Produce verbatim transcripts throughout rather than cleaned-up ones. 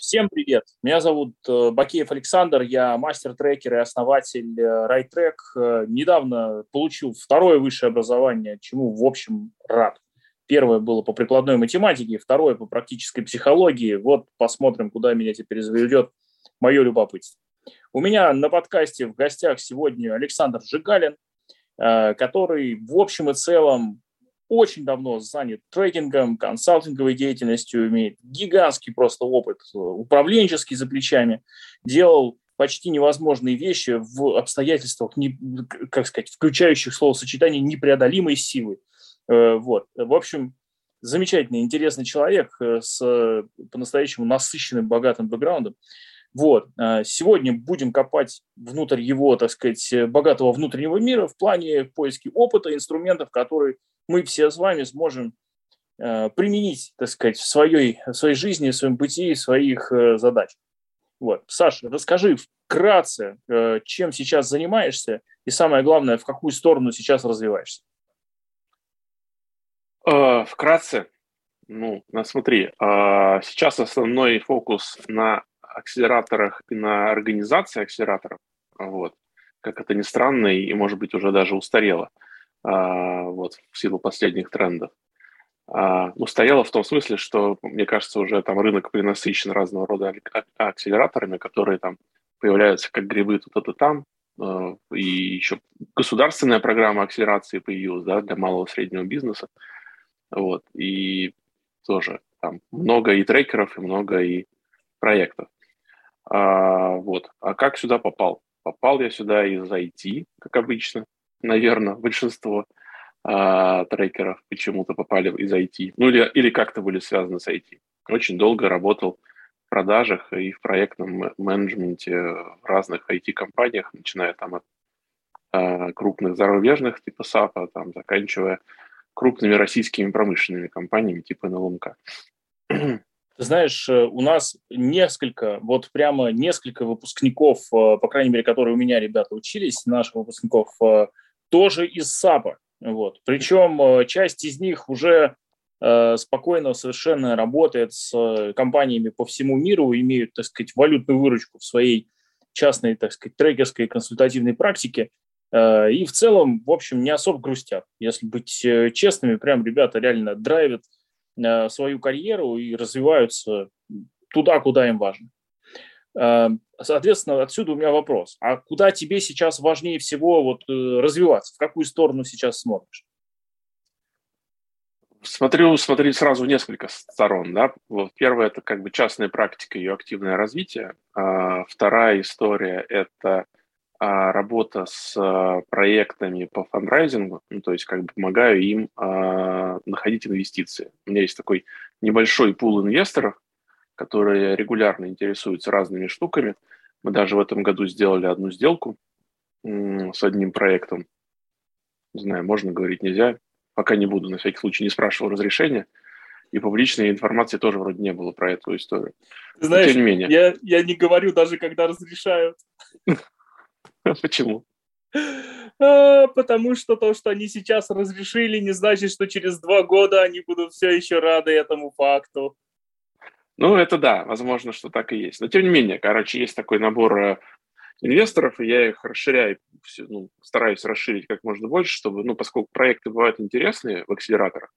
Всем привет! Меня зовут э, Бакеев Александр, я мастер-трекер и основатель э, RideTrack. Э, недавно получил второе высшее образование, чему, в общем, рад. Первое было по прикладной математике, второе по практической психологии. Вот посмотрим, куда меня теперь заведет мое любопытство. У меня на подкасте в гостях сегодня Александр Жигалин, э, который в общем и целом очень давно занят трекингом, консалтинговой деятельностью, имеет гигантский просто опыт, управленческий за плечами, делал почти невозможные вещи в обстоятельствах, не, как сказать, включающих словосочетание непреодолимой силы. Вот. В общем, замечательный, интересный человек с по-настоящему насыщенным, богатым бэкграундом. Вот. Сегодня будем копать внутрь его, так сказать, богатого внутреннего мира в плане поиска опыта, инструментов, которые мы все с вами сможем э, применить, так сказать, в своей, в своей жизни, в своем бытии, в своих э, задачах. Вот. Саша, расскажи вкратце, э, чем сейчас занимаешься и, самое главное, в какую сторону сейчас развиваешься. Э, вкратце, ну, смотри, э, сейчас основной фокус на акселераторах и на организации акселераторов, вот, как это ни странно и, может быть, уже даже устарело. Uh, вот, в силу последних трендов. Uh, ну, стояло в том смысле, что, мне кажется, уже там рынок перенасыщен разного рода акселераторами, которые там появляются как грибы тут и там. Uh, и еще государственная программа акселерации появилась, да, для малого и среднего бизнеса. Вот, и тоже там много и трекеров, и много и проектов. Uh, вот. А как сюда попал? Попал я сюда из ай ти, как обычно. Наверное, большинство а, трекеров почему-то попали из ай ти. Ну, или, или как-то были связаны с ай ти. Очень долго работал в продажах и в проектном менеджменте в разных ай ти-компаниях, начиная там от а, крупных зарубежных типа сапа, там, заканчивая крупными российскими промышленными компаниями типа эн эл эм ка. Ты знаешь, у нас несколько, вот прямо несколько выпускников, по крайней мере, которые у меня ребята учились, наших выпускников, тоже из сапа. Вот. Причем часть из них уже э, спокойно совершенно работает с компаниями по всему миру, имеют, так сказать, валютную выручку в своей частной, так сказать, трекерской консультативной практике. Э, и в целом, в общем, не особо грустят. Если быть честными, прям ребята реально драйвят э, свою карьеру и развиваются туда, куда им важно. Соответственно, отсюда у меня вопрос. А куда тебе сейчас важнее всего вот, развиваться? В какую сторону сейчас смотришь? Смотрю, смотрю сразу несколько сторон. Да? Вот первая – это как бы частная практика и ее активное развитие. А вторая история – это а, работа с а, проектами по фандрайзингу, ну, то есть как бы помогаю им а, находить инвестиции. У меня есть такой небольшой пул инвесторов, которые регулярно интересуются разными штуками. Мы даже в этом году сделали одну сделку м- с одним проектом. Не знаю, можно говорить, нельзя. Пока не буду, на всякий случай не спрашивал разрешения. И публичной информации тоже вроде не было про эту историю. Ты знаешь, но, тем не менее. Я, я не говорю даже, когда разрешают. Почему? Потому что то, что они сейчас разрешили, не значит, что через два года они будут все еще рады этому факту. Ну, это да, возможно, что так и есть. Но, тем не менее, короче, есть такой набор инвесторов, и я их расширяю, ну, стараюсь расширить как можно больше, чтобы, ну, поскольку проекты бывают интересные в акселераторах,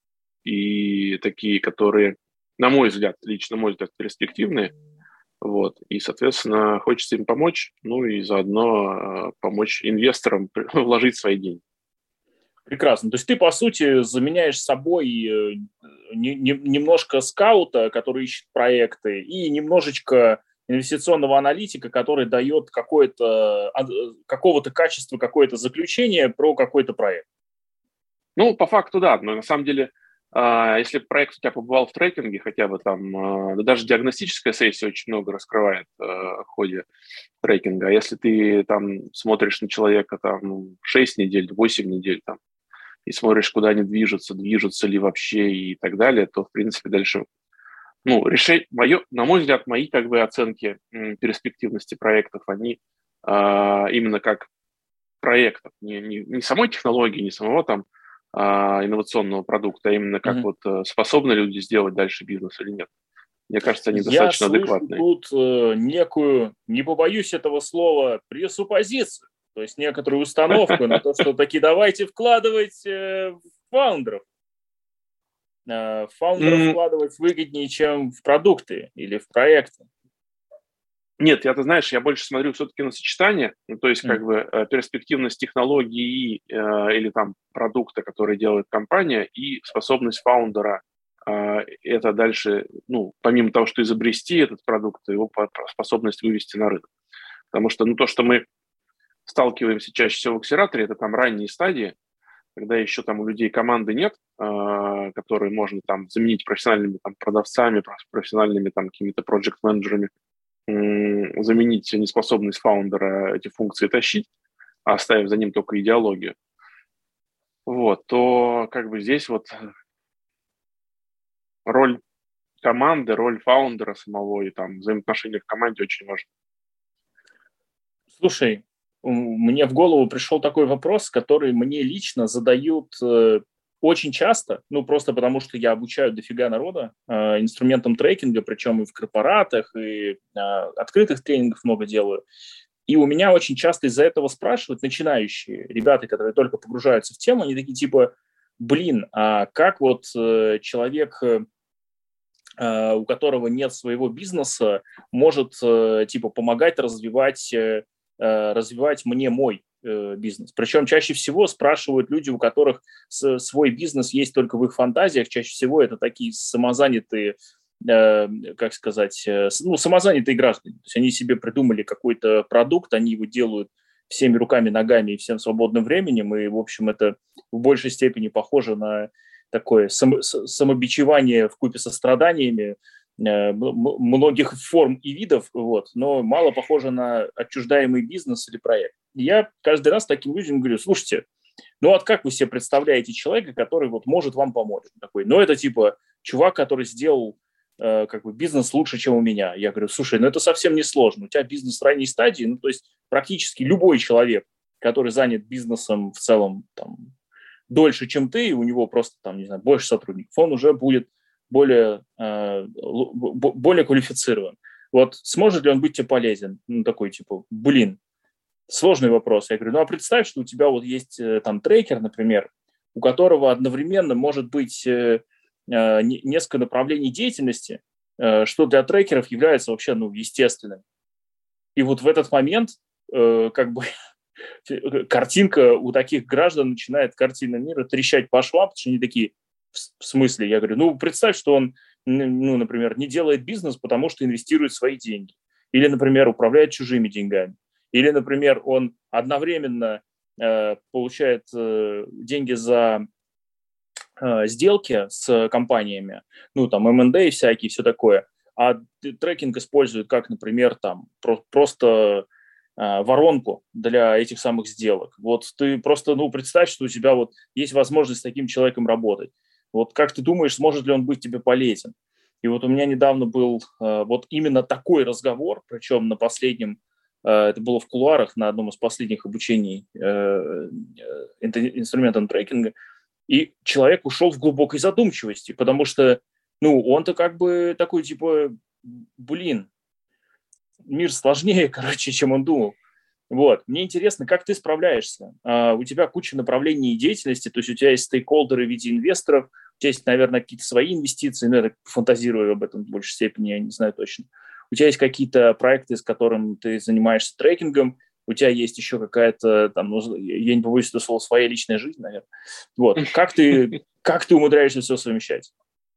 и такие, которые, на мой взгляд, лично мой взгляд, перспективные, вот, и, соответственно, хочется им помочь, ну, и заодно э, помочь инвесторам вложить свои деньги. Прекрасно. То есть ты, по сути, заменяешь собой не, не, немножко скаута, который ищет проекты, и немножечко инвестиционного аналитика, который дает какое-то, какого-то качества, какое-то заключение про какой-то проект. Ну, по факту, да. Но на самом деле, если проект у тебя побывал в трекинге, хотя бы там, да даже диагностическая сессия очень много раскрывает в ходе трекинга. А если ты там смотришь на человека там шесть недель, восемь недель там, и смотришь, куда они движутся, движутся ли вообще и так далее, то, в принципе, дальше, ну, решение, мое, на мой взгляд, мои, как бы, оценки м, перспективности проектов, они а, именно как проектов, не, не, не самой технологии, не самого там а, инновационного продукта, а именно как mm-hmm. вот способны люди сделать дальше бизнес или нет. Мне кажется, они Я достаточно слышу адекватные. тут э, некую, не побоюсь этого слова, пресуппозицию, то есть некоторую установку на то, что таки давайте вкладывать э, в фаундеров. Э, в фаундеров М, вкладывать выгоднее, чем в продукты или в проекты. Нет, я, ты знаешь, я больше смотрю все-таки на сочетание, ну, то есть как М. бы э, перспективность технологии э, или там продукта, который делает компания, и способность фаундера э, это дальше, ну, помимо того, что изобрести этот продукт, его по- способность вывести на рынок. Потому что, ну, то, что мы сталкиваемся чаще всего в акселераторе, это там ранние стадии, когда еще там у людей команды нет, э, которые можно там заменить профессиональными там продавцами, проф- профессиональными там какими-то проект-менеджерами, заменить неспособность фаундера эти функции тащить, оставив за ним только идеологию, вот, то как бы здесь вот роль команды, роль фаундера самого и там взаимоотношения в команде очень важны. Слушай, у- мне в голову пришел такой вопрос, который мне лично задают э, очень часто, ну просто потому что я обучаю дофига народа э, инструментам трекинга, причем и в корпоратах, и э, открытых тренингов много делаю. И у меня очень часто из-за этого спрашивают начинающие ребята, которые только погружаются в тему, они такие типа, блин, а как вот э, человек, э, э, у которого нет своего бизнеса, может э, типа помогать развивать, э, э, развивать мне мой э, бизнес. Причем чаще всего спрашивают люди, у которых с- свой бизнес есть только в их фантазиях. Чаще всего это такие самозанятые, э, как сказать, э, с- ну, самозанятые граждане. То есть они себе придумали какой-то продукт, они его делают всеми руками, ногами и всем свободным временем, и, в общем, это в большей степени похоже на такое само, самобичевание вкупе со страданиями э, многих форм и видов, вот, но мало похоже на отчуждаемый бизнес или проект. И я каждый раз таким людям говорю, слушайте, ну вот как вы себе представляете человека, который вот может вам помочь? Такой, ну это типа чувак, который сделал э, как бы бизнес лучше, чем у меня. Я говорю, слушай, ну это совсем не сложно. У тебя бизнес в ранней стадии, ну то есть практически любой человек, который занят бизнесом в целом там, дольше, чем ты, и у него просто там, не знаю, больше сотрудников, он уже будет более, э, более квалифицирован. Вот сможет ли он быть тебе полезен? Ну, такой, типа, блин, сложный вопрос. Я говорю, ну, а представь, что у тебя вот есть э, там трекер, например, у которого одновременно может быть э, э, несколько направлений деятельности, э, что для трекеров является вообще, ну, естественным. И вот в этот момент э, как бы картинка у таких граждан начинает, картина мира, трещать по швам, потому что они такие, в смысле? Я говорю, ну, представь, что он, ну, например, не делает бизнес, потому что инвестирует свои деньги. Или, например, управляет чужими деньгами. Или, например, он одновременно э, получает э, деньги за э, сделки с компаниями, ну, там, эм энд эй всякие, все такое, а трекинг использует как, например, там, про- просто э, воронку для этих самых сделок. Вот ты просто, ну, представь, что у тебя вот есть возможность с таким человеком работать. Вот как ты думаешь, сможет ли он быть тебе полезен? И вот у меня недавно был э, вот именно такой разговор, причем на последнем, э, это было в кулуарах на одном из последних обучений э, э, инструментам трекинга, и человек ушел в глубокой задумчивости, потому что, ну, он-то как бы такой, типа, блин, мир сложнее, короче, чем он думал. Вот. Мне интересно, как ты справляешься? А, у тебя куча направлений деятельности, то есть у тебя есть стейкхолдеры в виде инвесторов, у тебя есть, наверное, какие-то свои инвестиции, ну, я так фантазирую об этом в большей степени, я не знаю точно. У тебя есть какие-то проекты, с которыми ты занимаешься трекингом, у тебя есть еще какая-то, там, ну, я не побоюсь этого слова, своя личная жизнь, наверное. Вот. Как ты, как ты умудряешься все совмещать?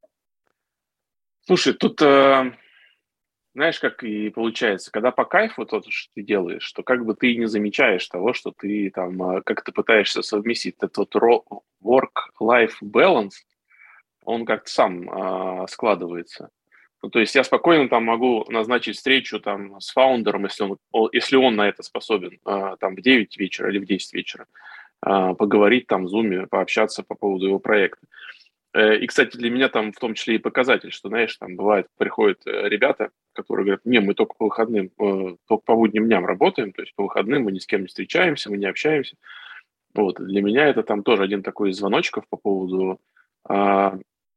Слушай, тут э, знаешь, как и получается, когда по кайфу то, что ты делаешь, что как бы ты не замечаешь того, что ты там, э, как ты пытаешься совместить этот вот work-life balance, он как-то сам э, складывается. Ну, то есть я спокойно там могу назначить встречу там с фаундером, если он, о- если он на это способен, э, там в девять вечера или в десять вечера, э, поговорить там в зуме, пообщаться по поводу его проекта. Э, И, кстати, для меня там в том числе и показатель, что, знаешь, там бывает, приходят э, ребята, которые говорят, не, мы только по выходным, э, только по будним дням работаем, то есть по выходным мы ни с кем не встречаемся, мы не общаемся. Вот, для меня это там тоже один такой из звоночков по поводу а,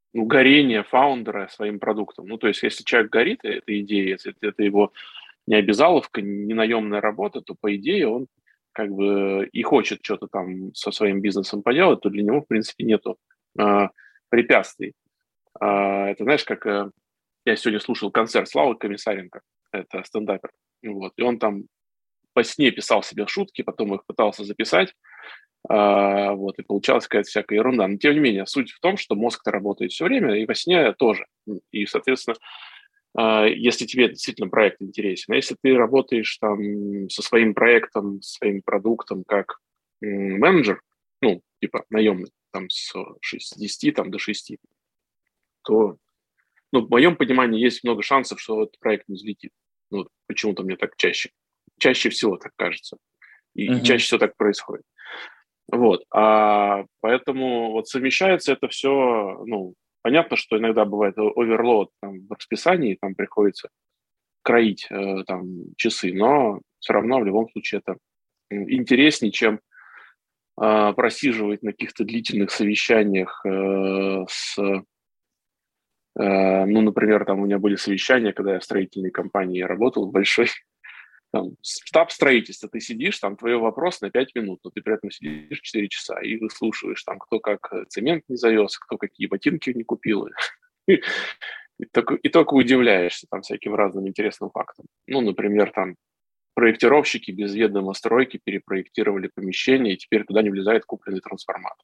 ну, горение фаундера своим продуктом. Ну, то есть, если человек горит этой идеей, если это его не обязаловка, не наемная работа, то, по идее, он как бы и хочет что-то там со своим бизнесом поделать, то для него, в принципе, нету э, препятствий. Э, это, знаешь, как э, я сегодня слушал концерт Славы Комиссаренко, это стендапер, вот, и он там по сне писал себе шутки, потом их пытался записать, э, вот, и получалась какая-то всякая ерунда. Но, тем не менее, суть в том, что мозг-то работает все время, и во сне тоже. И, соответственно, если тебе действительно проект интересен. А если ты работаешь там со своим проектом, своим продуктом как менеджер, ну, типа наемный, там с шестидесяти там, до шести, то, ну, в моем понимании есть много шансов, что этот проект не взлетит. Ну, почему-то мне так чаще. Чаще всего так кажется. И, uh-huh. и чаще всего так происходит. Вот. А поэтому вот совмещается это все, ну, понятно, что иногда бывает оверлоад там, в расписании, там приходится кроить э, там, часы, но все равно в любом случае это интереснее, чем э, просиживать на каких-то длительных совещаниях э, с, э, ну, например, там у меня были совещания, когда я в строительной компании работал, большой, там, штаб строительства, ты сидишь, там твой вопрос на пять минут, но ты при этом сидишь четыре часа и выслушиваешь, там, кто как цемент не завез, кто какие ботинки не купил. И только, и только удивляешься там всяким разным интересным фактам. Ну, например, там проектировщики без ведома стройки перепроектировали помещение, и теперь туда не влезает купленный трансформатор.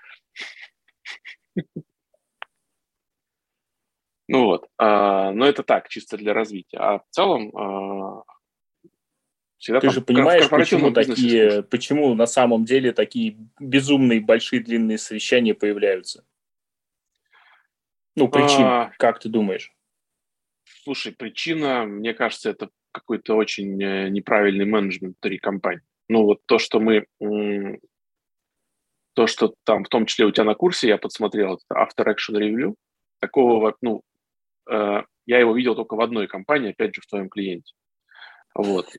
Ну вот, но это так, чисто для развития. А в целом всегда Ты же понимаешь, почему такие, почему на самом деле такие безумные большие длинные совещания появляются? Ну, причина, а, как ты думаешь? Слушай, причина, мне кажется, это какой-то очень неправильный менеджмент внутри компании. Ну, вот то, что мы, то, что там, в том числе у тебя на курсе, я подсмотрел, это After Action Review, такого, ну, э, я его видел только в одной компании, опять же, в твоем клиенте. Вот.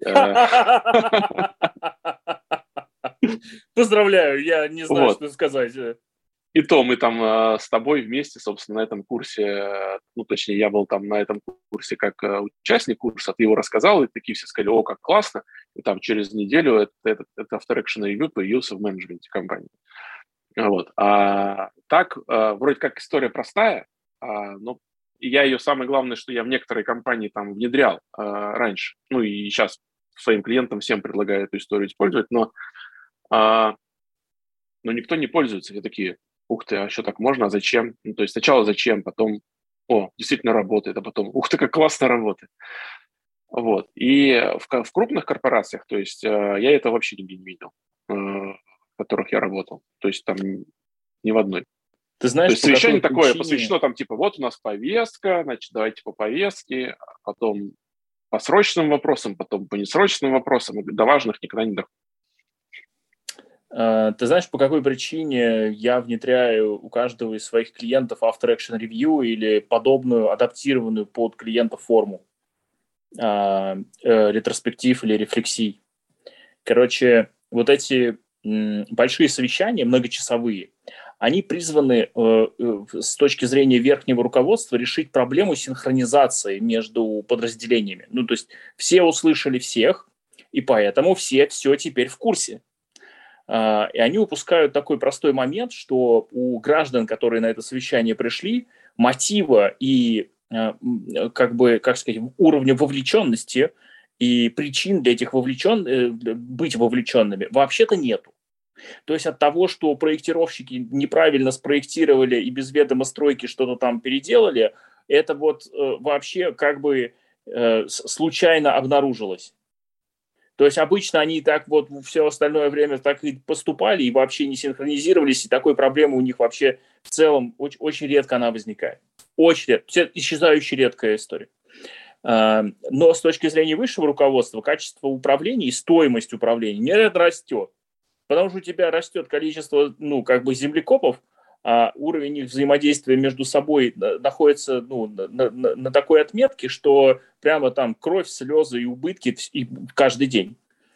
Поздравляю, я не знаю, вот. Что сказать. И то мы там э, с тобой вместе, собственно, на этом курсе, э, ну, точнее, я был там на этом курсе как э, участник курса, ты его рассказал, и такие все сказали, о, как классно, и там через неделю этот, этот, этот After Action Review появился в менеджменте компании. Вот. А так, э, вроде как история простая, э, но я ее, самое главное, что я в некоторые компании там внедрял э, раньше, ну, и сейчас своим клиентам всем предлагаю эту историю использовать, но, э, но никто не пользуется, все такие, ух ты, а еще так можно, а зачем? Ну, то есть сначала зачем, потом, о, действительно работает, а потом, ух ты, как классно работает. Вот. И в, в крупных корпорациях, то есть э, я это вообще нигде не видел, э, в которых я работал. То есть там ни в одной. Ты знаешь, то есть совещание такое причине... посвящено там типа вот у нас повестка, значит, давайте по повестке, потом по срочным вопросам, потом по несрочным вопросам, до важных никогда не доходит. Ты знаешь, по какой причине я внедряю у каждого из своих клиентов After Action Review или подобную адаптированную под клиента форму э, э, ретроспектив или рефлексий? Короче, вот эти м, большие совещания, многочасовые, они призваны э, э, с точки зрения верхнего руководства решить проблему синхронизации между подразделениями. Ну, то есть все услышали всех, и поэтому все все теперь в курсе. И они упускают такой простой момент, что у граждан, которые на это совещание пришли, мотива и как бы, как сказать, уровня вовлеченности и причин для этих вовлечен... быть вовлеченными вообще-то нету. То есть от того, что проектировщики неправильно спроектировали и без ведома стройки что-то там переделали, это вот вообще как бы случайно обнаружилось. То есть обычно они так вот все остальное время так и поступали и вообще не синхронизировались, и такой проблемы у них вообще в целом очень, очень редко она возникает. Очень редко. Исчезающая редкая история. Но с точки зрения высшего руководства, качество управления и стоимость управления невероятно растет. Потому что у тебя растет количество, ну, как бы землекопов, а уровень их взаимодействия между собой находится, ну, на, на, на такой отметке, что прямо там кровь, слезы и убытки и каждый день.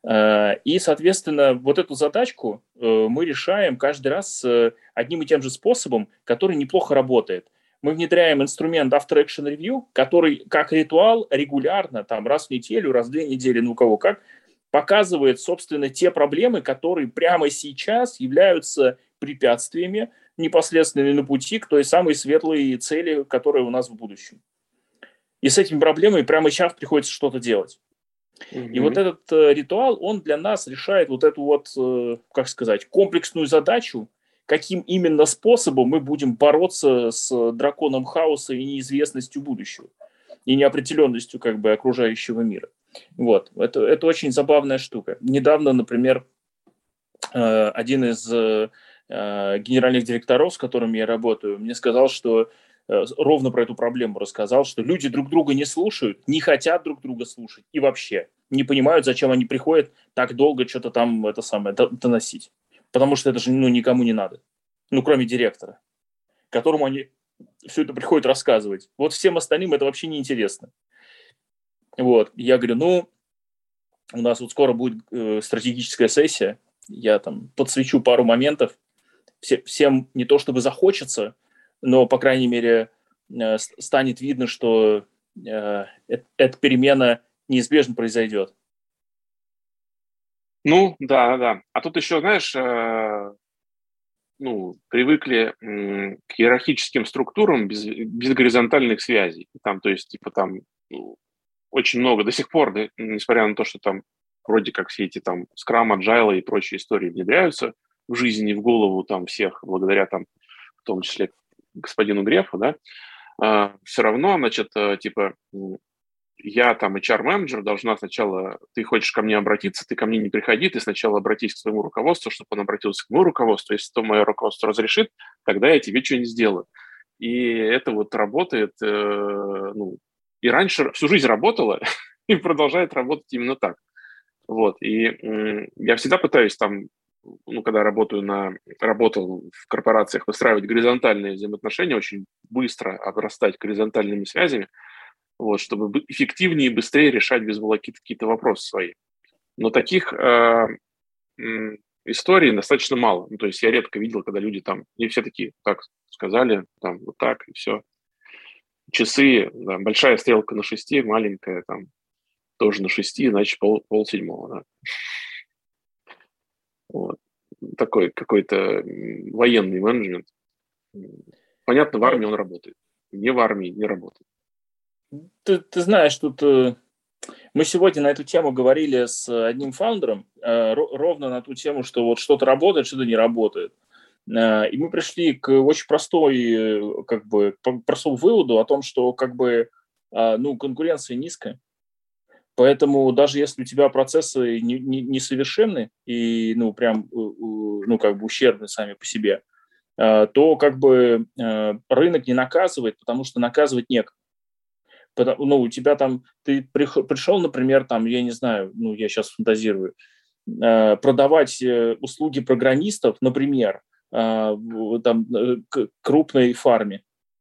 И, соответственно, вот эту задачку мы решаем каждый раз одним и тем же способом, который неплохо работает. Мы внедряем инструмент After Action Review, который как ритуал регулярно, там, раз в неделю, раз в две недели, ну у кого как, показывает, собственно, те проблемы, которые прямо сейчас являются препятствиями непосредственно на пути к той самой светлой цели, которая у нас в будущем. И с этими проблемами прямо сейчас приходится что-то делать. Mm-hmm. И вот этот э, ритуал, он для нас решает вот эту вот, э, как сказать, комплексную задачу, каким именно способом мы будем бороться с драконом хаоса и неизвестностью будущего, и неопределенностью как бы окружающего мира. Вот. Это, это очень забавная штука. Недавно, например, э, один из э, генеральных директоров, с которыми я работаю, мне сказал, что ровно про эту проблему рассказал, что люди друг друга не слушают, не хотят друг друга слушать и вообще не понимают, зачем они приходят так долго что-то там это самое доносить. Потому что это же ну, никому не надо. Ну, кроме директора, которому они все это приходят рассказывать. Вот всем остальным это вообще не интересно. Вот. Я говорю, ну, у нас вот скоро будет э, стратегическая сессия, я там подсвечу пару моментов, Все, всем не то чтобы захочется, но, по крайней мере, э, станет видно, что э, э, эта перемена неизбежно произойдет. Ну, да, да. А тут еще, знаешь, э, ну, привыкли э, к иерархическим структурам без, без горизонтальных связей. Там, то есть, типа, там ну, очень много до сих пор, да, несмотря на то, что там вроде как все эти там скрам, agile и прочие истории внедряются в жизнь и в голову там всех, благодаря там, в том числе, господину Грефу, да, а, все равно, значит, типа, я там эйч ар-менеджер должна сначала, ты хочешь ко мне обратиться, ты ко мне не приходи, ты сначала обратись к своему руководству, чтобы он обратился к моему руководству, если то мое руководство разрешит, тогда я тебе что-нибудь сделаю. И это вот работает, э, ну, и раньше всю жизнь работало, и продолжает работать именно так. Вот, и э, я всегда пытаюсь там, ну, когда работаю на, работал в корпорациях, выстраивать горизонтальные взаимоотношения, очень быстро обрастать горизонтальными связями, вот, чтобы эффективнее и быстрее решать без волокиты какие-то вопросы свои. Но таких э, э, историй достаточно мало. Ну, то есть я редко видел, когда люди там, не все такие, так сказали, там, вот так, и все. Часы, да, большая стрелка на шести, маленькая там тоже на шести, значит, пол, пол седьмого, да. Вот. Такой какой-то военный менеджмент. Понятно, в армии он работает. Не в армии не работает. Ты, ты знаешь, тут э, мы сегодня на эту тему говорили с одним фаундером, э, ровно на ту тему, что вот что-то работает, что-то не работает. Э, и мы пришли к очень простой, как бы, простому выводу о том, что как бы, э, ну, конкуренция низкая. Поэтому даже если у тебя процессы не, не, несовершенны и, ну, прям, ну, как бы ущербны сами по себе, то, как бы, рынок не наказывает, потому что наказывать некому. Потому, ну, у тебя там, ты пришел, например, там, я не знаю, ну, я сейчас фантазирую, продавать услуги программистов, например, там, крупной фарме.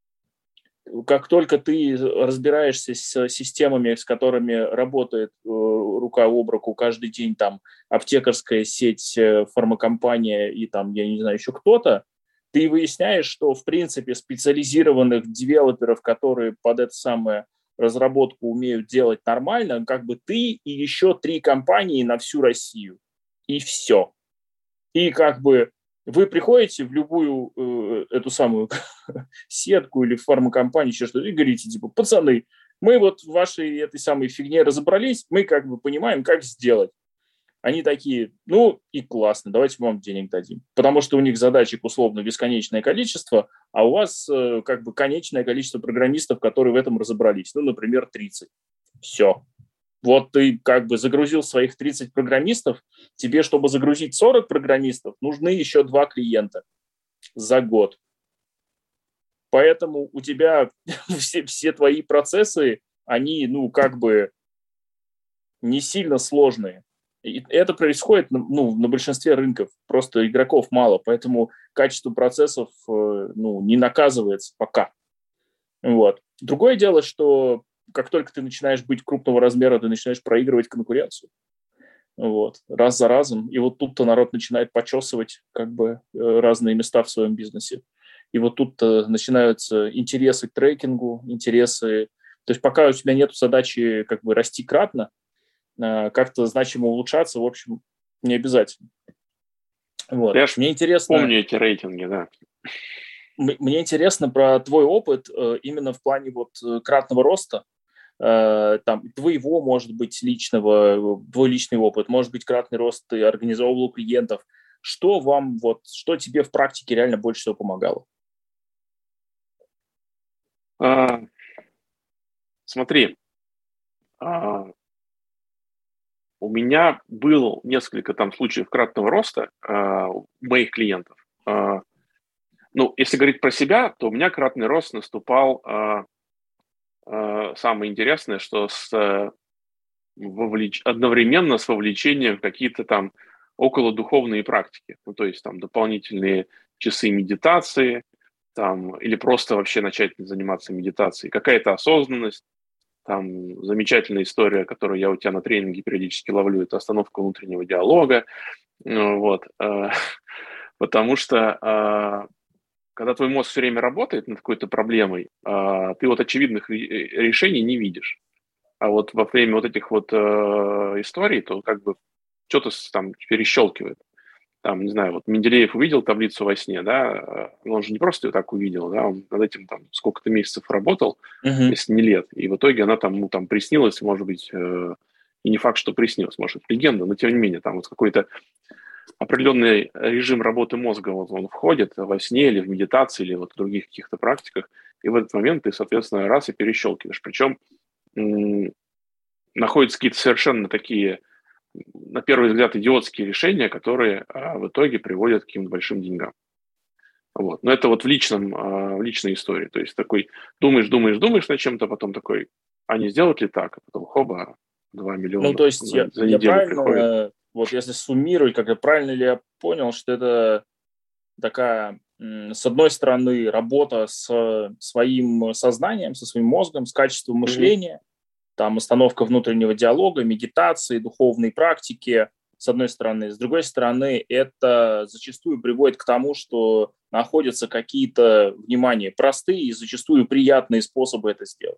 Как только ты разбираешься с системами, с которыми работает э, рука об руку каждый день там аптекарская сеть, фармакомпания и там, я не знаю, еще кто-то, ты выясняешь, что, в принципе, специализированных девелоперов, которые под эту самую разработку умеют делать нормально, как бы ты и еще три компании на всю Россию. И все. И как бы вы приходите в любую э, эту самую сетку или в фармакомпанию, еще что-то, и говорите, типа, пацаны, мы вот в вашей этой самой фигне разобрались, мы как бы понимаем, как сделать. Они такие, ну и классно, давайте мы вам денег дадим. Потому что у них задачек условно бесконечное количество, а у вас э, как бы конечное количество программистов, которые в этом разобрались. Ну, например, тридцать. Все. Вот ты как бы загрузил своих тридцать программистов, тебе, чтобы загрузить сорок программистов, нужны еще два клиента за год. Поэтому у тебя все, все твои процессы, они, ну, как бы не сильно сложные. И это происходит, ну, на большинстве рынков. Просто игроков мало, поэтому качество процессов, ну, не наказывается пока. Вот. Другое дело, что как только ты начинаешь быть крупного размера, ты начинаешь проигрывать конкуренцию. вот, раз за разом. И вот тут-то народ начинает почесывать как бы разные места в своем бизнесе. И вот тут-то начинаются интересы к трекингу, интересы... То есть пока у тебя нет задачи как бы расти кратно, как-то значимо улучшаться, в общем, не обязательно. Вот. Я ж Мне интересно... помню эти рейтинги, да. Мне интересно про твой опыт именно в плане вот кратного роста, там, твоего, может быть, личного, твой личный опыт, может быть, кратный рост ты организовывал у клиентов. Что вам, вот, что тебе в практике реально больше всего помогало? А, смотри, а, у меня было несколько там случаев кратного роста а, у моих клиентов. А, ну, если говорить про себя, то у меня кратный рост наступал, а, а, самое интересное, что с, вовлеч... одновременно с вовлечением в какие-то там околодуховные практики. Ну, то есть там дополнительные часы медитации, там, или просто вообще начать заниматься медитацией. Какая-то осознанность. Там замечательная история, которую я у тебя на тренинге периодически ловлю, это остановка внутреннего диалога. Вот. Потому что когда твой мозг все время работает над какой-то проблемой, ты вот очевидных решений не видишь. А вот во время вот этих вот историй, то как бы что-то там перещелкивает. Там, не знаю, вот Менделеев увидел таблицу во сне, да, он же не просто ее так увидел, да, он над этим там сколько-то месяцев работал, uh-huh. если не лет, и в итоге она там, ну, там приснилась, может быть, э, и не факт, что приснилась, может, легенда, но тем не менее, там вот какой-то определенный режим работы мозга, вот он входит во сне или в медитации, или вот в других каких-то практиках, и в этот момент ты, соответственно, раз и перещелкиваешь, причем м- находятся какие-то совершенно такие, на первый взгляд, идиотские решения, которые а, в итоге приводят к каким-то большим деньгам. Вот. Но это вот в личном, а, в личной истории. То есть такой думаешь, думаешь, думаешь над чем-то, потом такой, а не сделать ли так? А потом хоба, два миллиона ну, то есть за, я, за я неделю правильно, приходит. Вот если суммировать, как правильно ли я понял, что это такая, с одной стороны, работа с своим сознанием, со своим мозгом, с качеством мышления, mm-hmm. там остановка внутреннего диалога, медитации, духовные практики, с одной стороны. С другой стороны, это зачастую приводит к тому, что находятся какие-то, внимание, простые и зачастую приятные способы это сделать.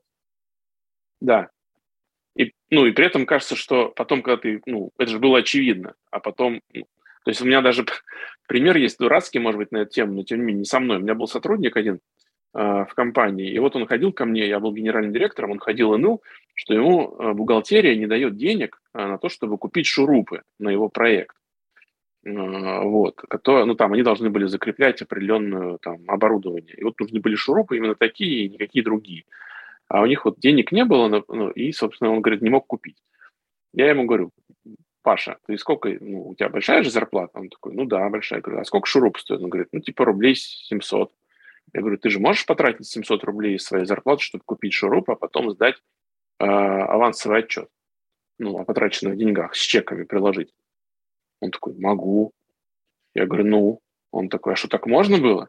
Да. И, ну, и при этом кажется, что потом, когда ты, ну, это же было очевидно, а потом, ну, то есть у меня даже пример есть дурацкий, может быть, на эту тему, но тем не менее не со мной. У меня был сотрудник один э, в компании, и вот он ходил ко мне, я был генеральным директором, он ходил и ныл, что ему э, бухгалтерия не дает денег э, на то, чтобы купить шурупы на его проект. Э, вот, которые, ну, там, они должны были закреплять определенное там оборудование. И вот нужны были шурупы именно такие и никакие другие. А у них вот денег не было, ну, и, собственно, он, говорит, не мог купить. Я ему говорю, Паша, ты сколько, ну, у тебя большая же зарплата? Он такой, ну да, большая. Я говорю, а сколько шуруп стоит? Он говорит, ну, типа рублей семьсот. Я говорю, ты же можешь потратить семьсот рублей из своей зарплаты, чтобы купить шуруп, а потом сдать э, авансовый отчет, ну, о потраченных деньгах, с чеками приложить? Он такой, могу. Я говорю, ну. Он такой, а что, так можно было?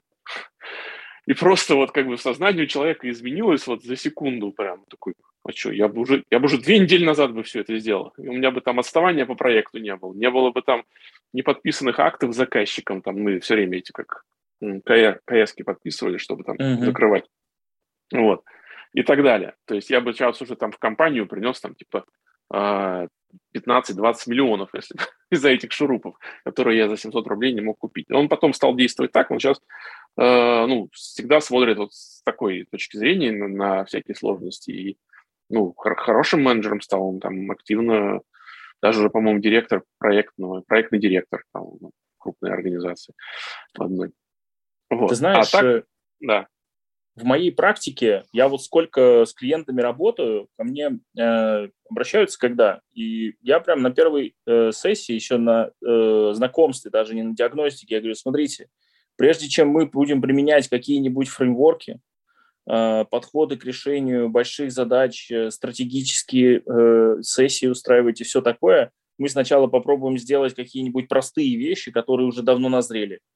И просто вот как бы сознание у человека изменилось вот за секунду прям. Такой, а что, я бы уже, я бы уже две недели назад бы все это сделал. И у меня бы там отставания по проекту не было. Не было бы там неподписанных актов с заказчиком. Там мы все время эти как КСки подписывали, чтобы там uh-huh. закрывать. Вот. И так далее. То есть я бы сейчас уже там в компанию принес там типа пятнадцать-двадцать миллионов, если из-за этих шурупов, которые я за семьсот рублей не мог купить. Он потом стал действовать так, он сейчас э, ну, всегда смотрит вот с такой точки зрения на, на всякие сложности. И ну, хор- хорошим менеджером стал, он там активно, даже, по-моему, директор проектного, проектный директор там, крупной организации одной. Вот. Ты знаешь, а так, да. В моей практике, я вот сколько с клиентами работаю, ко мне э, обращаются когда, и я прям на первой э, сессии, еще на э, знакомстве, даже не на диагностике, я говорю, смотрите, прежде чем мы будем применять какие-нибудь фреймворки, э, подходы к решению больших задач, э, стратегические э, сессии устраивать и все такое, мы сначала попробуем сделать какие-нибудь простые вещи, которые уже давно назрели.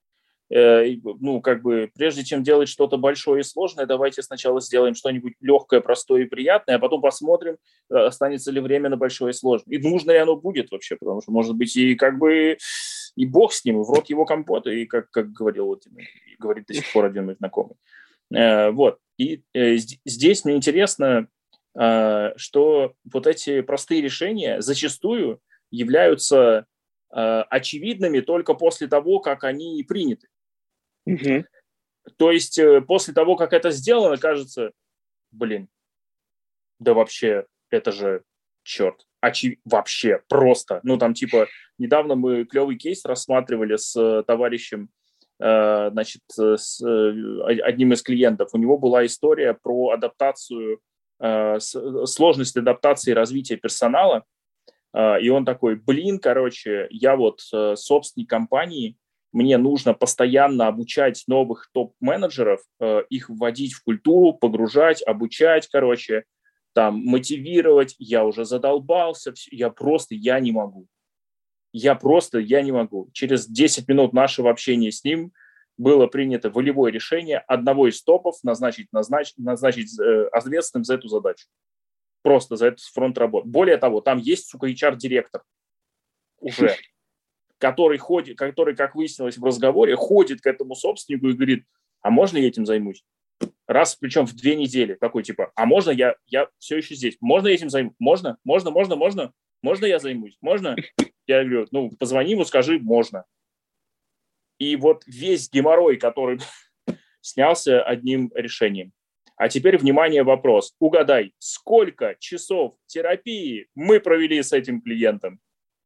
ну, как бы, прежде чем делать что-то большое и сложное, давайте сначала сделаем что-нибудь легкое, простое и приятное, а потом посмотрим, останется ли время на большое и сложное. И нужно ли оно будет вообще, потому что, может быть, и как бы и бог с ним, и в рот его компота, и как, как говорил, вот, говорит до сих пор один мой знакомый. Вот. И здесь мне интересно, что вот эти простые решения зачастую являются очевидными только после того, как они приняты. Угу. То есть после того, как это сделано, кажется, блин, да вообще, это же, черт, очи- вообще просто. Ну, там типа, недавно мы клевый кейс рассматривали с товарищем, э, значит, с э, одним из клиентов. У него была история про адаптацию, э, с, сложность адаптации и развития персонала. Э, и он такой, блин, короче, я вот э, собственник компании, мне нужно постоянно обучать новых топ-менеджеров, э, их вводить в культуру, погружать, обучать, короче, там, мотивировать. Я уже задолбался, я просто, я не могу. Я просто, я не могу. Через десять минут нашего общения с ним было принято волевое решение одного из топов назначить, назначить, назначить э, ответственным за эту задачу. Просто за этот фронт работы. Более того, там есть, сука, эйч ар-директор уже, который ходит, который, как выяснилось в разговоре, ходит к этому собственнику и говорит, а можно я этим займусь? Раз, причем в две недели. Такой типа, а можно я, я все еще здесь? Можно я этим займусь? Можно? Можно, можно, можно? Можно я займусь? Можно? Я говорю, ну, позвони ему, скажи, можно. И вот весь геморрой, который снялся одним решением. А теперь, внимание, вопрос. Угадай, сколько часов терапии мы провели с этим клиентом?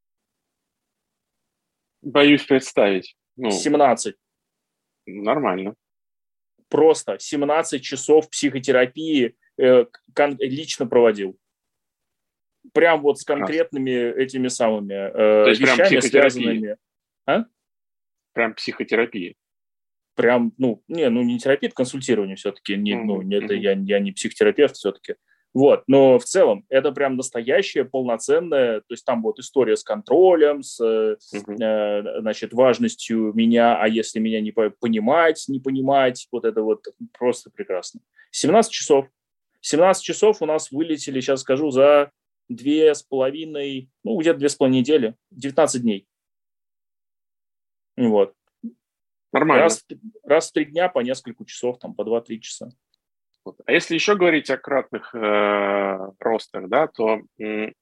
Боюсь представить. Ну, семнадцать. Нормально. Просто семнадцать часов психотерапии э, кон- лично проводил. Прям вот с конкретными этими самыми э, То есть вещами, прям связанными. А? Прям психотерапия. Прям, ну, не, ну не терапия, это консультирование все-таки. Не, mm-hmm. Ну, это, mm-hmm. я, я не психотерапевт все-таки. Вот, но в целом это прям настоящее, полноценное, то есть там вот история с контролем, с, mm-hmm. э, значит, важностью меня, а если меня не понимать, не понимать, вот это вот просто прекрасно. семнадцать часов. семнадцать часов у нас вылетели, сейчас скажу, за две с половиной, ну, где-то две с половиной недели, девятнадцать дней. Вот. Нормально. Раз, раз в три дня по несколько часов, там, по два-три часа. Вот. А если еще говорить о кратных э, ростах, да, то м-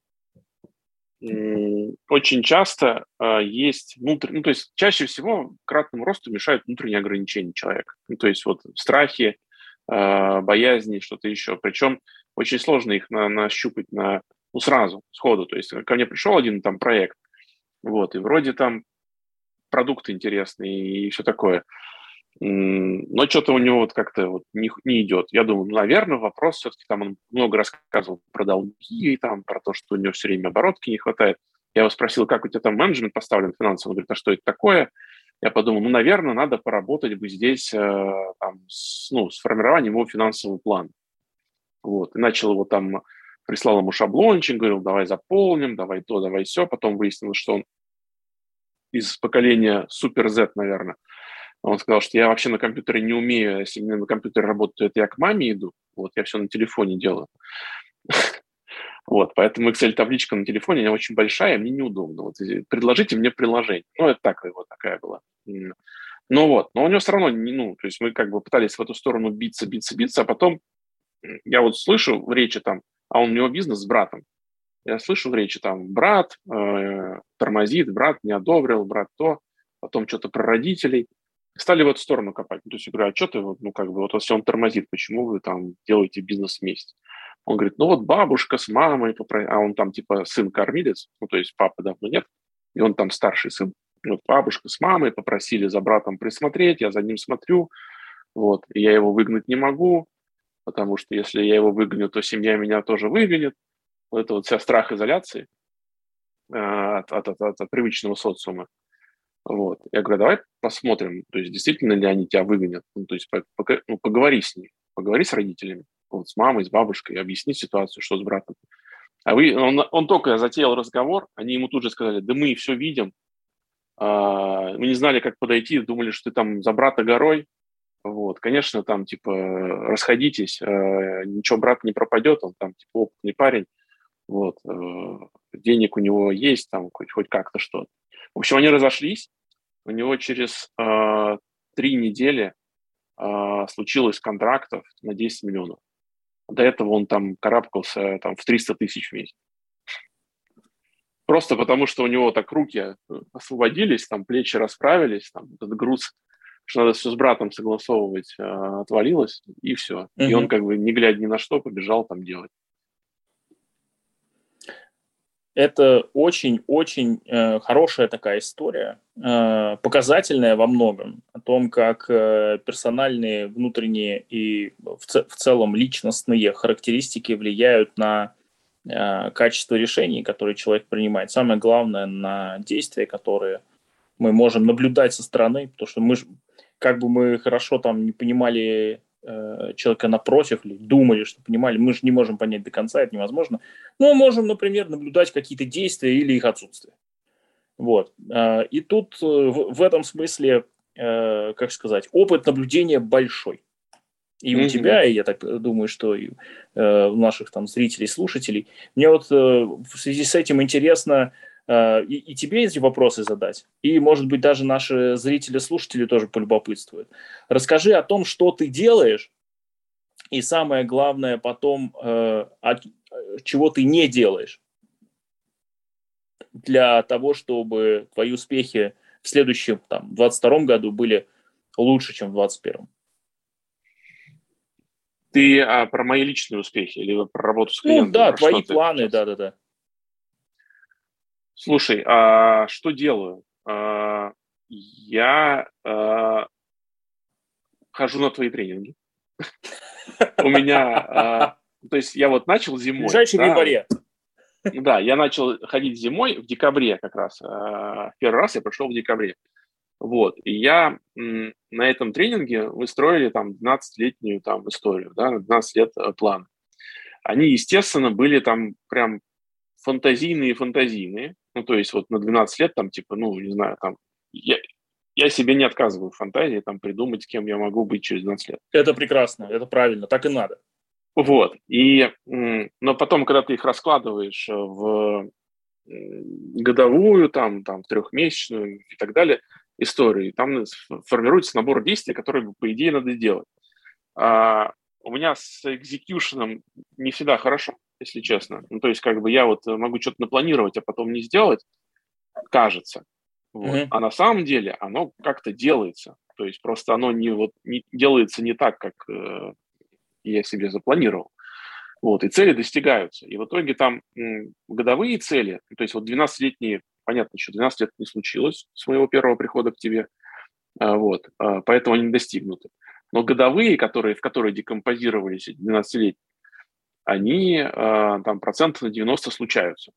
м- очень часто э, есть внутренние, ну, то есть чаще всего кратному росту мешают внутренние ограничения человека. Ну, то есть вот страхи, э, боязни, что-то еще. Причем очень сложно их на, нащупать на, ну, сразу, сходу. То есть ко мне пришел один там проект, вот, и вроде там продукты интересные и все такое. Но что-то у него вот как-то вот не, не идет. Я думаю, ну, наверное, вопрос все-таки там он много рассказывал про долги, там, про то, что у него все время оборотки не хватает. Я его спросил, как у тебя там менеджмент поставлен финансово? Он говорит, а что это такое? Я подумал, ну, наверное, надо поработать бы здесь э, там, с, ну, с формированием его финансового плана. Вот. И начал его там, прислал ему шаблончик, говорил, давай заполним, давай то, давай все. Потом выяснилось, что он из поколения Супер Z, наверное. Он сказал, что я вообще на компьютере не умею, если мне на компьютере работает, я к маме иду, вот, я все на телефоне делаю. Вот, поэтому Excel-табличка на телефоне, она очень большая, мне неудобно. Вот, предложите мне приложение. Ну, это так, вот такая была. Ну вот, но у него все равно, ну, то есть мы как бы пытались в эту сторону биться, биться, биться, а потом я вот слышу в речи там, а он, у него бизнес с братом. Я слышу в речи там, брат э, тормозит, брат не одобрил, брат то, потом что-то про родителей. Стали в эту сторону копать. То есть я говорю, а что ты, ну, как бы, вот если он тормозит, почему вы там делаете бизнес вместе? Он говорит, ну, вот бабушка с мамой, попро... а он там, типа, сын-кормилец, ну, то есть папы давно нет, и он там старший сын. Вот бабушка с мамой попросили за братом присмотреть, я за ним смотрю, вот, и я его выгнать не могу, потому что если я его выгоню, то семья меня тоже выгонит. Вот это вот вся страх изоляции э, от, от, от, от, от привычного социума. Вот. Я говорю, давай посмотрим, то есть действительно ли они тебя выгонят. Ну, то есть по, по, ну, поговори с ними, поговори с родителями, вот, с мамой, с бабушкой, объясни ситуацию, что с братом. А вы, он, он только затеял разговор, они ему тут же сказали, да мы все видим, Мы не знали, как подойти, думали, что ты там за брата горой. Вот, конечно, там, типа, расходитесь, ничего, брат не пропадет, он там, типа, опытный парень, вот, денег у него есть, там, хоть, хоть как-то что-то. В общем, они разошлись, у него через э, три недели э, случилось контрактов на десять миллионов. До этого он там карабкался там, в триста тысяч в месяц. Просто потому, что у него так руки освободились, там плечи расправились, там этот груз, что надо все с братом согласовывать, э, отвалилось, и все. Uh-huh. И он как бы, не глядя ни на что, побежал там делать. Это очень-очень э, хорошая такая история, э, показательная во многом, о том, как э, персональные, внутренние и в, ц- в целом личностные характеристики влияют на э, качество решений, которые человек принимает. Самое главное, на действия, которые мы можем наблюдать со стороны, потому что мы, как бы мы хорошо там не понимали человека напротив, или думали, что понимали, мы же не можем понять до конца, это невозможно, но можем, например, наблюдать какие-то действия или их отсутствие. Вот. И тут в этом смысле, как сказать, опыт наблюдения большой. И у mm-hmm. тебя, и я так думаю, что и у наших там зрителей, слушателей. Мне вот в связи с этим интересно И, и тебе эти вопросы задать, и, может быть, даже наши зрители, слушатели тоже полюбопытствуют. Расскажи о том, что ты делаешь, и самое главное потом, э, от, чего ты не делаешь для того, чтобы твои успехи в следующем, там, двадцать втором году были лучше, чем в двадцать первом. Ты а, про мои личные успехи или про работу с клиентом? Ну да, твои планы, да-да-да. Слушай, а что делаю? А, я а, хожу на твои тренинги. У меня, то есть я вот начал зимой. В ближайшем январе. Да, я начал ходить зимой в декабре как раз. Первый раз я пришел в декабре. Вот, и я на этом тренинге мы строили там двенадцатилетнюю там историю, да, на двенадцать лет план. Они, естественно, были там прям фантазийные-фантазийные. Ну, то есть вот на двенадцать лет там типа, ну, не знаю, там, я, я себе не отказываю в фантазии там придумать, кем я могу быть через двенадцать лет. Это прекрасно, это правильно, так и надо. Вот, и, но потом, когда ты их раскладываешь в годовую, там, там, трехмесячную и так далее историю, там формируется набор действий, которые, по идее, надо делать. А у меня с экзекьюшеном не всегда хорошо, если честно. Ну, то есть, как бы я вот могу что-то напланировать, а потом не сделать, кажется. Вот. Mm-hmm. А на самом деле оно как-то делается. То есть просто оно не, вот, не делается не так, как э, я себе запланировал. Вот. И цели достигаются. И в итоге там м, годовые цели, то есть вот двенадцатилетние, понятно, еще двенадцать лет не случилось с моего первого прихода к тебе, а, вот, а, поэтому они не достигнуты. Но годовые, которые, в которые декомпозировались двенадцатилетние, они а, там процентов на девяносто случаются.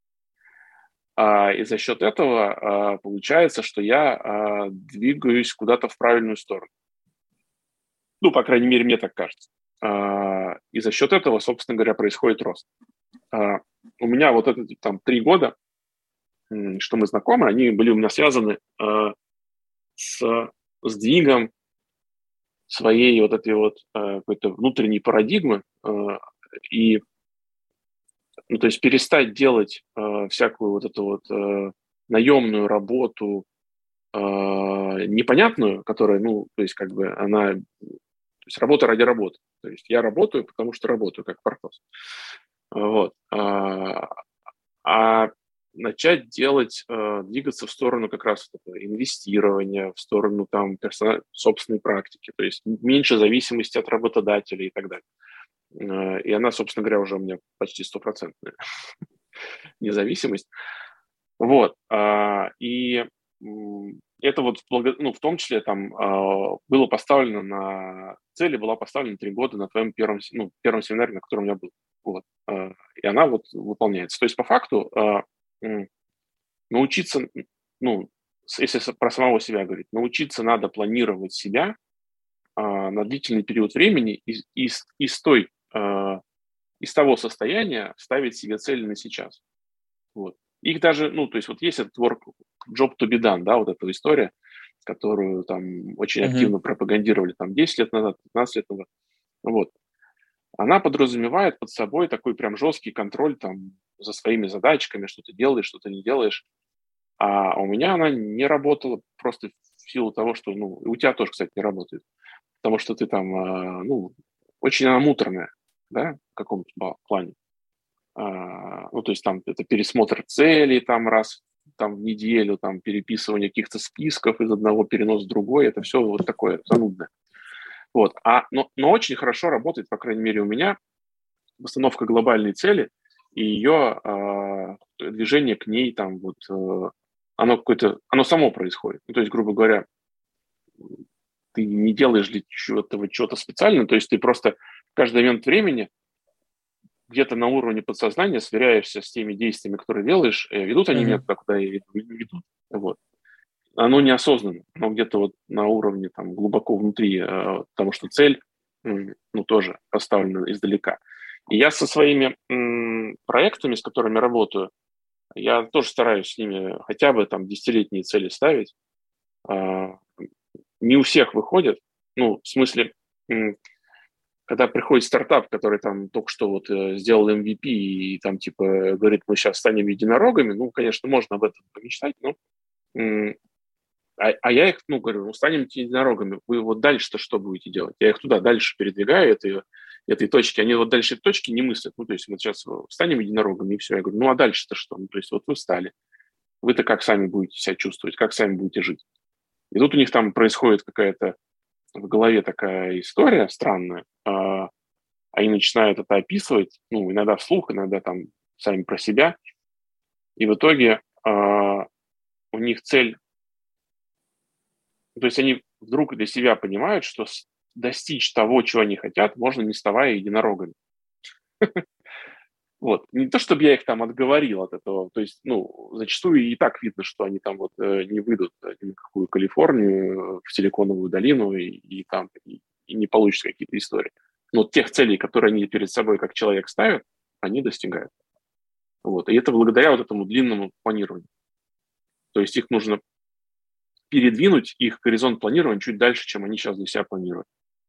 А, и за счет этого а, получается, что я а, двигаюсь куда-то в правильную сторону. Ну, по крайней мере, мне так кажется. А, и за счет этого, собственно говоря, происходит рост. А, у меня вот эти там три года, что мы знакомы, они были у меня связаны а, с сдвигом своей вот этой вот а, какой-то внутренней парадигмы а, и, ну, то есть перестать делать а, всякую вот эту вот а, наемную работу, а, непонятную, которая, ну, то есть как бы она, то есть работа ради работы. То есть я работаю, потому что работаю, как Портос. Вот. А, а начать делать, двигаться в сторону как раз инвестирования, в сторону там собственной практики, то есть меньше зависимости от работодателей и так далее. И она, собственно говоря, уже у меня почти стопроцентная независимость. Вот. И это вот, ну, в том числе там было поставлено на цели, была поставлена три года на твоем первом, ну, первом семинаре, на котором я был. Вот. И она вот выполняется. То есть по факту научиться, ну, если про самого себя говорить, научиться надо планировать себя на длительный период времени и из, из, той, из того состояния ставить себе цели на сейчас. Вот. Их даже, ну, то есть вот есть этот work, job to be done, да, вот эта история, которую там очень Мгм. активно пропагандировали там десять лет назад, пятнадцать лет назад. Вот. Она подразумевает под собой такой прям жесткий контроль там за своими задачками, что ты делаешь, что ты не делаешь. А у меня она не работала просто в силу того, что, ну, и у тебя тоже, кстати, не работает, потому что ты там, а, ну, очень она муторная, да, в каком-то ба- плане. А, ну, то есть там это пересмотр целей там раз там в неделю, там переписывание каких-то списков из одного перенос в другой, это все вот такое занудное. Вот. А, но, но очень хорошо работает, по крайней мере, у меня постановка глобальной цели и ее э, движение к ней там вот э, оно какое-то, оно само происходит. Ну, то есть, грубо говоря, ты не делаешь для чего-то чего-то специально, то есть ты просто в каждый момент времени где-то на уровне подсознания сверяешься с теми действиями, которые делаешь, э, ведут они меня Мгм. туда, куда я веду, или не ведут. Вот. Оно неосознанно, оно где-то вот на уровне там глубоко внутри, э, потому что цель, м, ну, тоже поставлена издалека. И я со своими м, проектами, с которыми работаю, я тоже стараюсь с ними хотя бы там десятилетние цели ставить. А, Не у всех выходит. Ну, в смысле, м, когда приходит стартап, который там только что вот э, сделал эм ви пи и там типа говорит, мы сейчас станем единорогами, ну, конечно, можно об этом помечтать, но м, а, а я их, ну, говорю, ну, станем единорогами. Вы вот дальше-то что будете делать? Я их туда дальше передвигаю, этой, этой точки. Они вот дальше этой точки не мыслят. Ну, то есть вот сейчас станем единорогами, и все. Я говорю, ну, а дальше-то что? Ну, то есть вот вы стали. Вы-то как сами будете себя чувствовать? Как сами будете жить? И тут у них там происходит какая-то в голове такая история странная. А, они начинают это описывать, ну, иногда вслух, иногда там сами про себя. И в итоге а, у них цель. То есть они вдруг для себя понимают, что достичь того, чего они хотят, можно не вставая единорогами. Вот. Не то, чтобы я их там отговорил от этого. То есть, ну, зачастую и так видно, что они там вот э, не выйдут ни в какую Калифорнию, э, в Силиконовую долину и, и там и, и не получат какие-то истории. Но тех целей, которые они перед собой как человек ставят, они достигают. Вот. И это благодаря вот этому длинному планированию. То есть их нужно передвинуть, их горизонт планирования чуть дальше, чем они сейчас для себя планируют.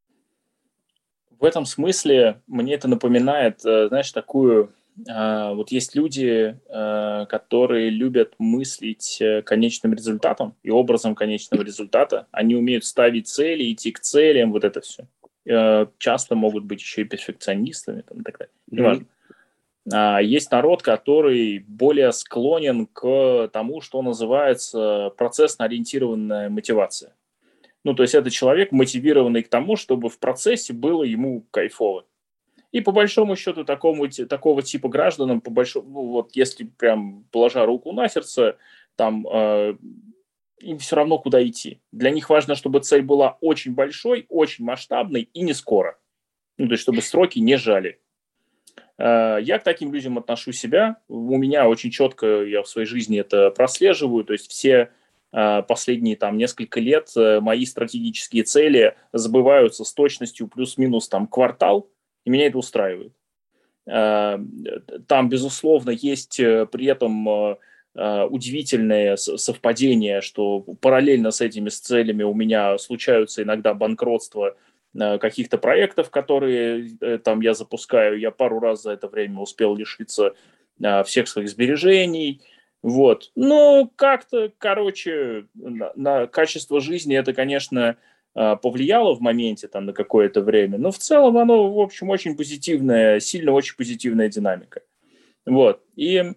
В этом смысле мне это напоминает, э, знаешь, такую... э, Вот есть люди, э, которые любят мыслить э, конечным результатом и образом конечного результата. Они умеют ставить цели, идти к целям, вот это все. Часто могут быть еще и перфекционистами, там, и так далее. Мгм. Неважно. А есть народ, который более склонен к тому, что называется процессно-ориентированная мотивация. Ну, то есть это человек, мотивированный к тому, чтобы в процессе было ему кайфово. И по большому счету такому, такого типа гражданам, по большому, ну, вот если прям положа руку на сердце, там э, им все равно куда идти. Для них важно, чтобы цель была очень большой, очень масштабной и не скоро. Ну, то есть чтобы сроки не жали. Э, Я к таким людям отношу себя. У меня очень четко, я в своей жизни это прослеживаю. То есть все э, последние там несколько лет э, мои стратегические цели сбываются с точностью плюс-минус там квартал, и меня это устраивает. Э, Там, безусловно, есть э, при этом э, э, удивительное совпадение, что параллельно с этими целями у меня случаются иногда банкротства э, каких-то проектов, которые э, там я запускаю. Я пару раз за это время успел лишиться э, всех своих сбережений. Вот. Но как-то, короче, на, на качество жизни это, конечно, э, повлияло в моменте там на какое-то время, но в целом оно, в общем, очень позитивная, сильно очень позитивная динамика. Вот. И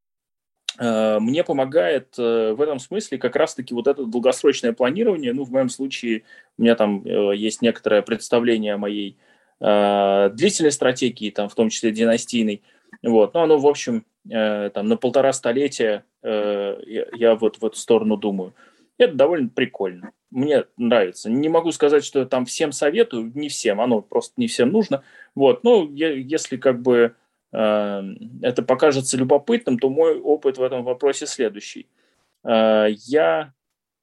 э, мне помогает э, в этом смысле как раз-таки вот это долгосрочное планирование. Ну, в моем случае у меня там э, есть некоторое представление о моей э, длительной стратегии, там, в том числе династийной. Вот. Но оно, в общем, э, там, на полтора столетия э, я, я вот в эту сторону думаю. Это довольно прикольно. Мне нравится. Не могу сказать, что там всем советую, не всем, оно просто не всем нужно. Вот. Но я, если как бы э, это покажется любопытным, то мой опыт в этом вопросе следующий. Э, я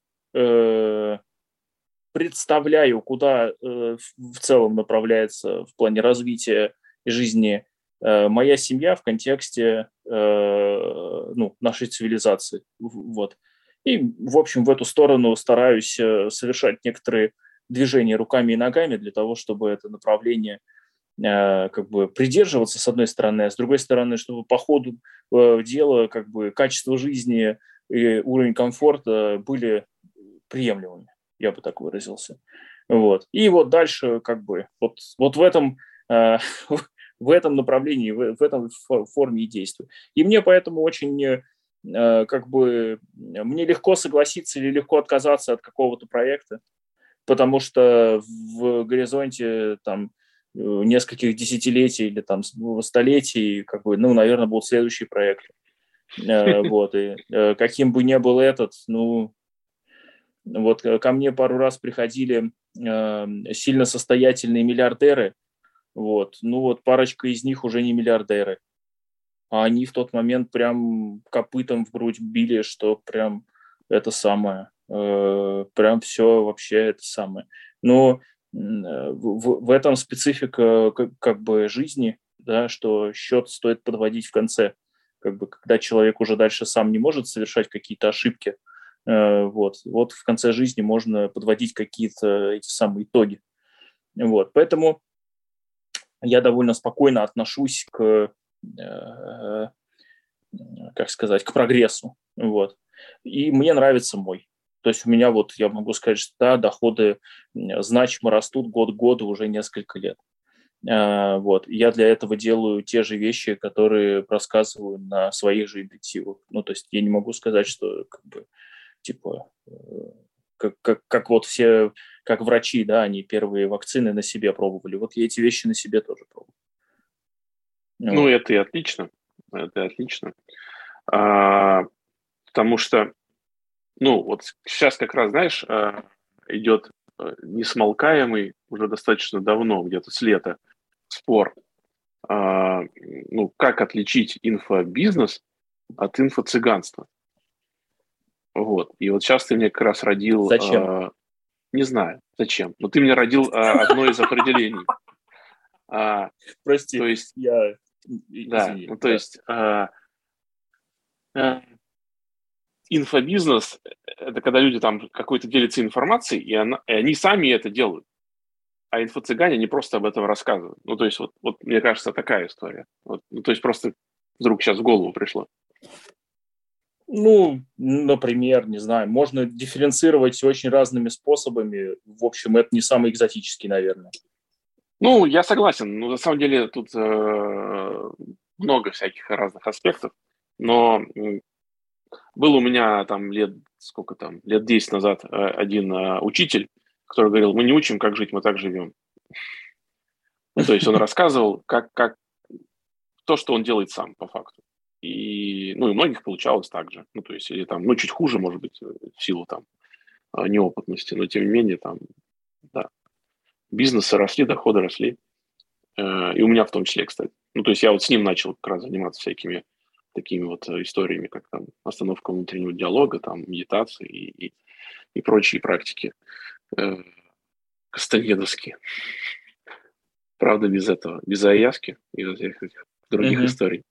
э, представляю, куда э, в целом направляется в плане развития жизни э, моя семья в контексте э, ну, нашей цивилизации. Вот. И, в общем, в эту сторону стараюсь совершать некоторые движения руками и ногами для того, чтобы это направление как бы придерживаться, с одной стороны, а с другой стороны, чтобы по ходу дела как бы качество жизни и уровень комфорта были приемлемыми, я бы так выразился. Вот. И вот дальше как бы вот, вот в этом в этом направлении, в, в этом форме и действию. И мне поэтому очень как бы мне легко согласиться или легко отказаться от какого-то проекта, потому что в горизонте там нескольких десятилетий или там столетий, как бы, ну, наверное, будут следующие проекты. Вот, и каким бы ни был этот, ну, вот ко мне пару раз приходили сильно состоятельные миллиардеры, вот, ну, вот парочка из них уже не миллиардеры, а они в тот момент прям копытом в грудь били, что прям это самое, прям все вообще это самое. Но в, в этом специфика как, как бы жизни, да, что счет стоит подводить в конце, как бы, когда человек уже дальше сам не может совершать какие-то ошибки, э, вот, вот в конце жизни можно подводить какие-то эти самые итоги. Вот, поэтому я довольно спокойно отношусь к, э, как сказать, к прогрессу, вот, и мне нравится мой. То есть у меня вот, я могу сказать, что да, доходы значимо растут год к году уже несколько лет. Вот. Я для этого делаю те же вещи, которые рассказываю на своих же интенсивах. Ну, то есть я не могу сказать, что как бы, типа, как, как, как вот все, как врачи, да, они первые вакцины на себе пробовали. Вот я эти вещи на себе тоже пробую. Ну, вот. Это и отлично. Это и отлично. А, потому что Ну, вот сейчас как раз, знаешь, идет несмолкаемый уже достаточно давно, где-то с лета, спор. Ну, как отличить инфобизнес от инфо-цыганства? Вот. И вот сейчас ты мне как раз родил... Зачем? Не знаю, зачем. Но ты мне родил одно из определений. Прости, то есть, я... Да, Извини, ну то да. есть... Инфобизнес – это когда люди там какой-то делятся информацией, и, она, и они сами это делают. А инфо-цыгане не просто об этом рассказывают. Ну, то есть, вот, вот мне кажется, такая история. Вот, ну, то есть, просто вдруг сейчас в голову пришло. Ну, например, не знаю, можно дифференцировать очень разными способами. В общем, это не самый экзотический, наверное. Ну, я согласен. Ну, на самом деле, тут э, много всяких разных аспектов. Но э, был у меня там лет, сколько там, лет десять назад э, один э, учитель, который говорил, мы не учим, как жить, мы так живем. Ну, то есть он рассказывал, как, как то, что он делает сам, по факту. И, ну, и у многих получалось так же. Ну, то есть, или там, ну, чуть хуже, может быть, в силу там неопытности, но тем не менее, там, да, бизнесы росли, доходы росли. И у меня в том числе, кстати. Ну, то есть я вот с ним начал как раз заниматься всякими такими вот историями, как там остановка внутреннего диалога, там, медитации и, и, и прочие практики э, кастанедовские. Правда, без этого, без аяски и вот этих других mm-hmm. историй.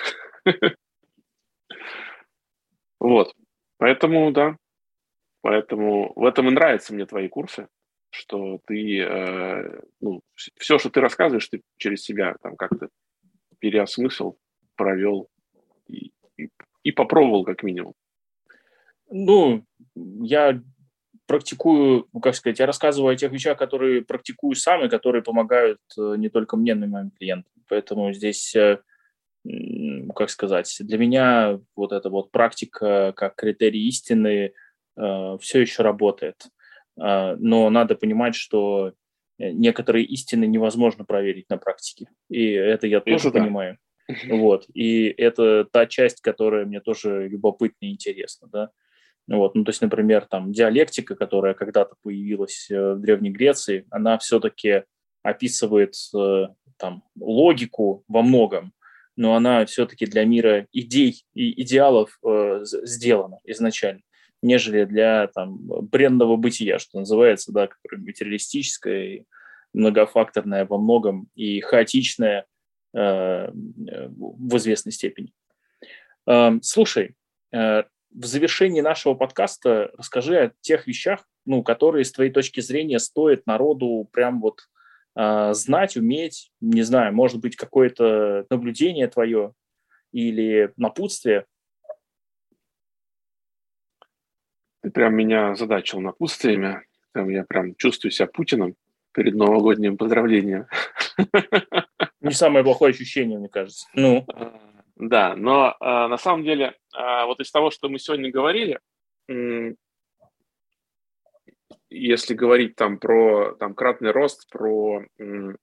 Вот. Поэтому, да, поэтому в этом и нравятся мне твои курсы, что ты, э, ну, все, что ты рассказываешь, ты через себя там как-то переосмыслил, провел и, и, и попробовал как минимум. Ну, я практикую, как сказать, я рассказываю о тех вещах, которые практикую сам и которые помогают не только мне, но и моим клиентам. Поэтому здесь, как сказать, для меня вот эта вот практика как критерий истины все еще работает. Но надо понимать, что некоторые истины невозможно проверить на практике. И это я тоже это понимаю. Да. Вот. И это та часть, которая мне тоже любопытна и интересна, да. Вот. Ну, то есть, например, там диалектика, которая когда-то появилась в Древней Греции, она все-таки описывает там логику во многом, но она все-таки для мира идей и идеалов э, сделана изначально, нежели для там бренного бытия, что называется, да, которое материалистическое, многофакторное во многом и хаотичное э, в известной степени. Э, слушай, э, в завершении нашего подкаста расскажи о тех вещах, ну, которые, с твоей точки зрения, стоит народу прям вот э, знать, уметь, не знаю, может быть, какое-то наблюдение твое или напутствие. Ты прям меня озадачил напутствиями. Там я прям чувствую себя Путиным перед новогодним поздравлением. Не самое плохое ощущение, мне кажется. Ну. Да, но а, на самом деле, а, вот из того, что мы сегодня говорили, м, если говорить там про там, кратный рост, про, м,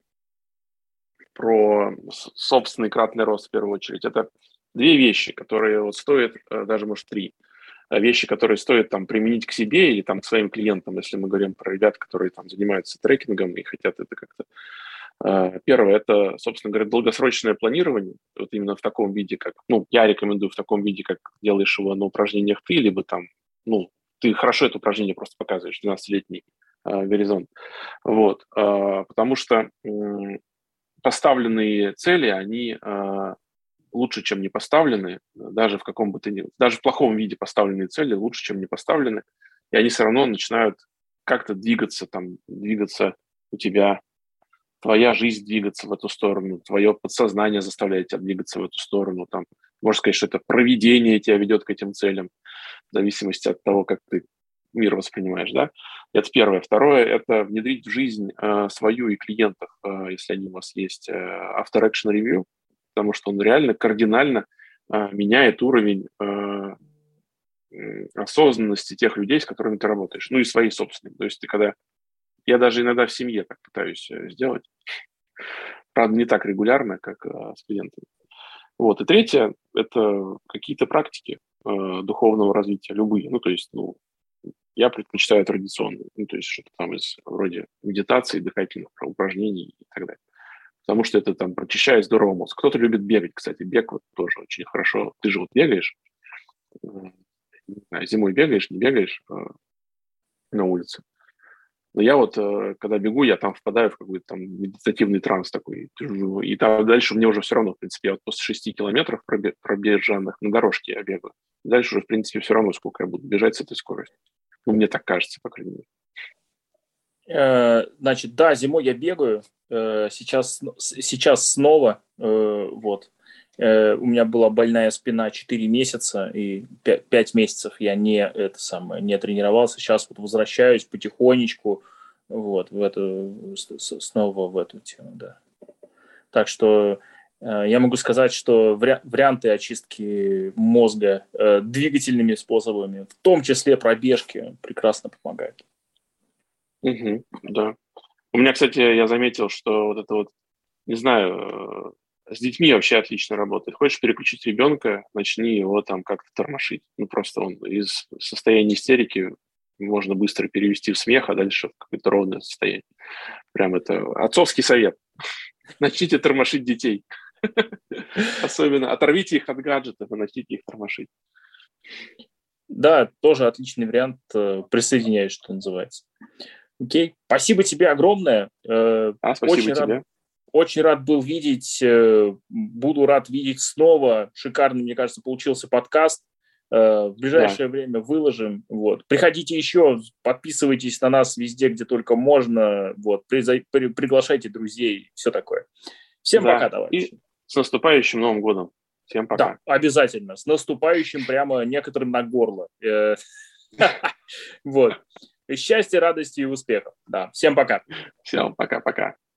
про с- собственный кратный рост в первую очередь, это две вещи, которые вот стоят, э, даже, может, три э, вещи, которые стоит там применить к себе или там к своим клиентам, если мы говорим про ребят, которые там занимаются трекингом и хотят это как-то. Э, Первое, это, собственно говоря, долгосрочное планирование, вот именно в таком виде, как, ну, я рекомендую в таком виде, как делаешь его на упражнениях ты, либо там, ну, ты хорошо это упражнение просто показываешь, двенадцатилетний э, горизонт. Вот, э, потому что м, поставленные цели, они э, лучше, чем не поставленные, даже в каком бы то ни даже в плохом виде поставленные цели лучше, чем не поставлены, и они все равно начинают как-то двигаться, там, двигаться у тебя, твоя жизнь двигаться в эту сторону, твое подсознание заставляет тебя двигаться в эту сторону, там, можно сказать, что это провидение тебя ведет к этим целям, в зависимости от того, как ты мир воспринимаешь, да. Это первое. Второе – это внедрить в жизнь э, свою и клиентов, э, если они у вас есть, э, After Action Review, потому что он реально кардинально э, меняет уровень э, осознанности тех людей, с которыми ты работаешь, ну и своей собственной. То есть ты когда... Я даже иногда в семье так пытаюсь сделать. Правда, не так регулярно, как э, с клиентами. Вот. И третье – это какие-то практики э, духовного развития, любые. Ну, то есть, ну, я предпочитаю традиционные. Ну, то есть, что-то там из вроде медитации, дыхательных упражнений и так далее. Потому что это там прочищает здорово мозг. Кто-то любит бегать, кстати. Бег вот тоже очень хорошо. Ты же вот бегаешь, э, не знаю, зимой бегаешь, не бегаешь э, на улице. Но я вот, э, когда бегу, я там впадаю в какой-то там медитативный транс такой. И там дальше мне уже все равно, в принципе, я вот после шести километров пробе- пробежанных на дорожке я бегаю. Дальше уже, в принципе, все равно, сколько я буду бежать с этой скоростью. Ну, мне так кажется, по крайней мере. Э, Значит, да, зимой я бегаю. Э, Сейчас, сейчас снова. э, Вот. Э, У меня была больная спина четыре месяца, и пять месяцев я не, это самое, не тренировался. Сейчас вот возвращаюсь потихонечку вот, в эту, с- с- снова в эту тему, да. Так что э, я могу сказать, что вари- варианты очистки мозга э, двигательными способами, в том числе пробежки, прекрасно помогают. Угу, да. У меня, кстати, я заметил, что вот это вот, не знаю, э, с детьми вообще отлично работает. Хочешь переключить ребенка, начни его там как-то тормошить. Ну, просто он из состояния истерики можно быстро перевести в смех, а дальше в какое-то ровное состояние. Прям это отцовский совет. Начните тормошить детей. Особенно оторвите их от гаджетов и начните их тормошить. Да, тоже отличный вариант. э, Присоединяюсь, что называется. Окей. Спасибо тебе огромное. Э, А, спасибо Очень рад, тебе. очень рад был видеть. э, Буду рад видеть снова. Шикарный, мне кажется, получился подкаст. Э, В Да, ближайшее время выложим. Вот. Приходите еще, подписывайтесь на нас везде, где только можно. Вот. Приза- при- Приглашайте друзей, все такое. Всем пока, да. И товарищи. с наступающим Новым годом. Всем Да, пока. обязательно. С наступающим прямо некоторым на горло. Э, Вот. Счастья, радости и успехов. Да. Всем пока. Всем пока-пока.